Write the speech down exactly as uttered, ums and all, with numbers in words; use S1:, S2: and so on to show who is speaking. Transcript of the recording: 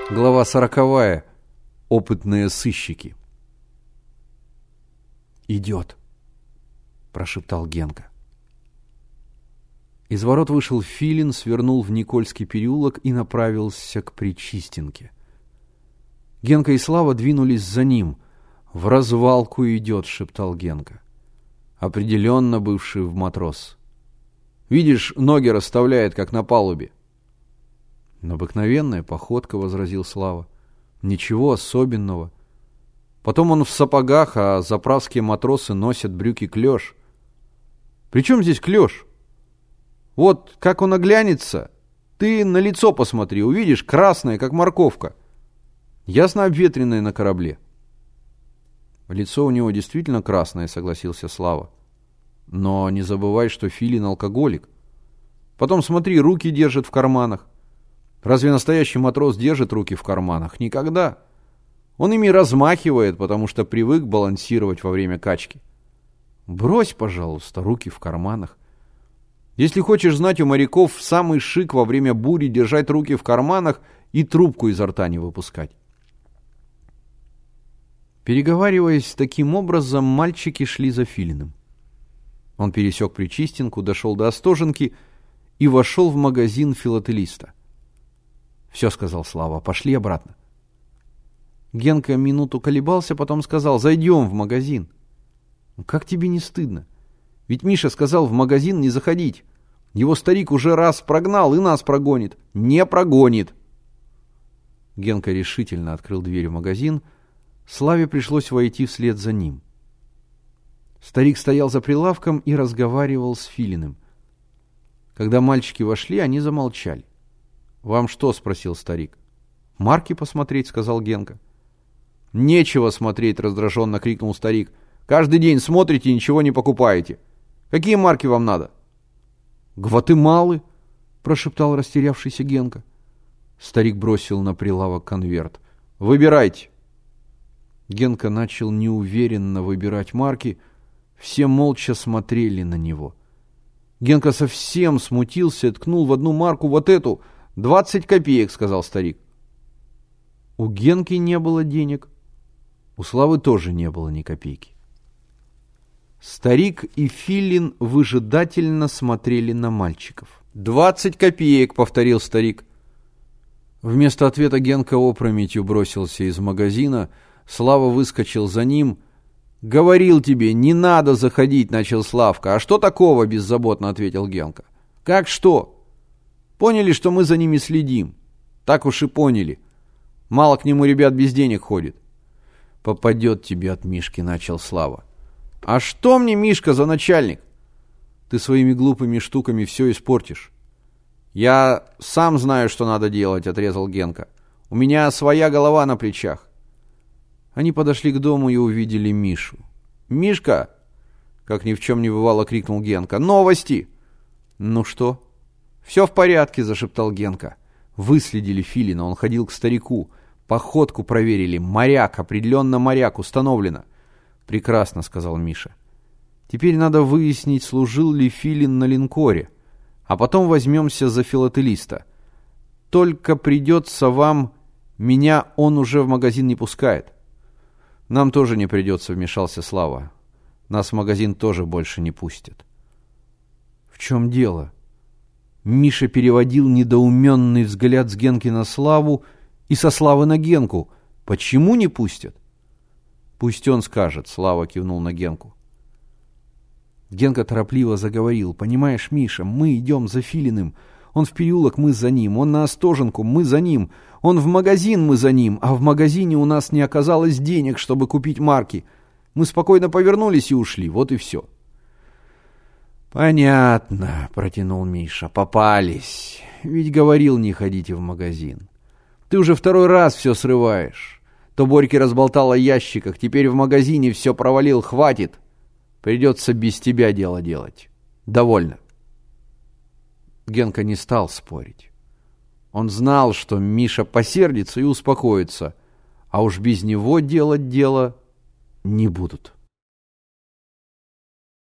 S1: Глава сороковая. Опытные сыщики. «Идет», — прошептал Генка. Из ворот вышел Филин, свернул в Никольский переулок и направился к Причистенке. Генка и Слава двинулись за ним. «В развалку идет», — шептал Генка. Определенно бывший в матрос. «Видишь, ноги расставляет, как на палубе». «Обыкновенная походка», — возразил Слава. «Ничего особенного. Потом он в сапогах, а заправские матросы носят брюки клеш». «При чем здесь клеш? Вот как он оглянется, ты на лицо посмотри, увидишь, красное, как морковка. Ясно обветренное на корабле». «Лицо у него действительно красное», — согласился Слава. «Но не забывай, что Филин алкоголик. Потом смотри, руки держит в карманах. Разве настоящий матрос держит руки в карманах? Никогда. Он ими размахивает, потому что привык балансировать во время качки. Брось, пожалуйста, руки в карманах. Если хочешь знать, у моряков самый шик во время бури держать руки в карманах и трубку изо рта не выпускать». Переговариваясь таким образом, мальчики шли за Филиным. Он пересек Причистенку, дошел до Остоженки и вошел в магазин филателиста. «Все», — сказал Слава, — «пошли обратно». Генка минуту колебался, потом сказал: «Зайдем в магазин». «Как тебе не стыдно? Ведь Миша сказал в магазин не заходить. Его старик уже раз прогнал и нас прогонит». «Не прогонит». Генка решительно открыл дверь в магазин. Славе пришлось войти вслед за ним. Старик стоял за прилавком и разговаривал с Филиным. Когда мальчики вошли, они замолчали. «Вам что?» — спросил старик. «Марки посмотреть», — сказал Генка. «Нечего смотреть», — раздраженно крикнул старик. «Каждый день смотрите и ничего не покупаете. Какие марки вам надо?» «Гватемалы», — прошептал растерявшийся Генка. Старик бросил на прилавок конверт. «Выбирайте». Генка начал неуверенно выбирать марки. Все молча смотрели на него. Генка совсем смутился и ткнул в одну марку, вот эту. «Двадцать копеек», — сказал старик. У Генки не было денег. У Славы тоже не было ни копейки. Старик и Филин выжидательно смотрели на мальчиков. «Двадцать копеек», — повторил старик. Вместо ответа Генка опрометью бросился из магазина. Слава выскочил за ним. «Говорил тебе, не надо заходить», — начал Славка. «А что такого?» — беззаботно ответил Генка. «Как что? Поняли, что мы за ними следим. Так уж и поняли. Мало к нему ребят без денег ходит». «Попадет тебе от Мишки», — начал Слава. «А что мне Мишка за начальник?» «Ты своими глупыми штуками все испортишь». «Я сам знаю, что надо делать», — отрезал Генка. «У меня своя голова на плечах». Они подошли к дому и увидели Мишу. «Мишка!» — как ни в чем не бывало, крикнул Генка. «Новости!» «Ну что?» «Все в порядке», — зашептал Генка. Выследили Филина, он ходил к старику. Походку проверили. Моряк, определенно моряк, установлено. «Прекрасно», — сказал Миша. «Теперь надо выяснить, служил ли Филин на линкоре. А потом возьмемся за филателиста. Только придется вам... Меня он уже в магазин не пускает». «Нам тоже не придется», — вмешался Слава. «Нас в магазин тоже больше не пустят». «В чем дело?» Миша переводил недоуменный взгляд с Генки на Славу и со Славы на Генку. «Почему не пустят?» «Пусть он скажет», — Слава кивнул на Генку. Генка торопливо заговорил. «Понимаешь, Миша, мы идем за Филиным. Он в переулок, мы за ним. Он на Остоженку, мы за ним. Он в магазин, мы за ним. А в магазине у нас не оказалось денег, чтобы купить марки. Мы спокойно повернулись и ушли. Вот и все». «Понятно», — протянул Миша. «Попались. Ведь говорил, не ходите в магазин. Ты уже второй раз все срываешь. То Борьке разболтал о ящиках, теперь в магазине все провалил. Хватит. Придется без тебя дело делать. Довольно». Генка не стал спорить. Он знал, что Миша посердится и успокоится, а уж без него делать дело не будут.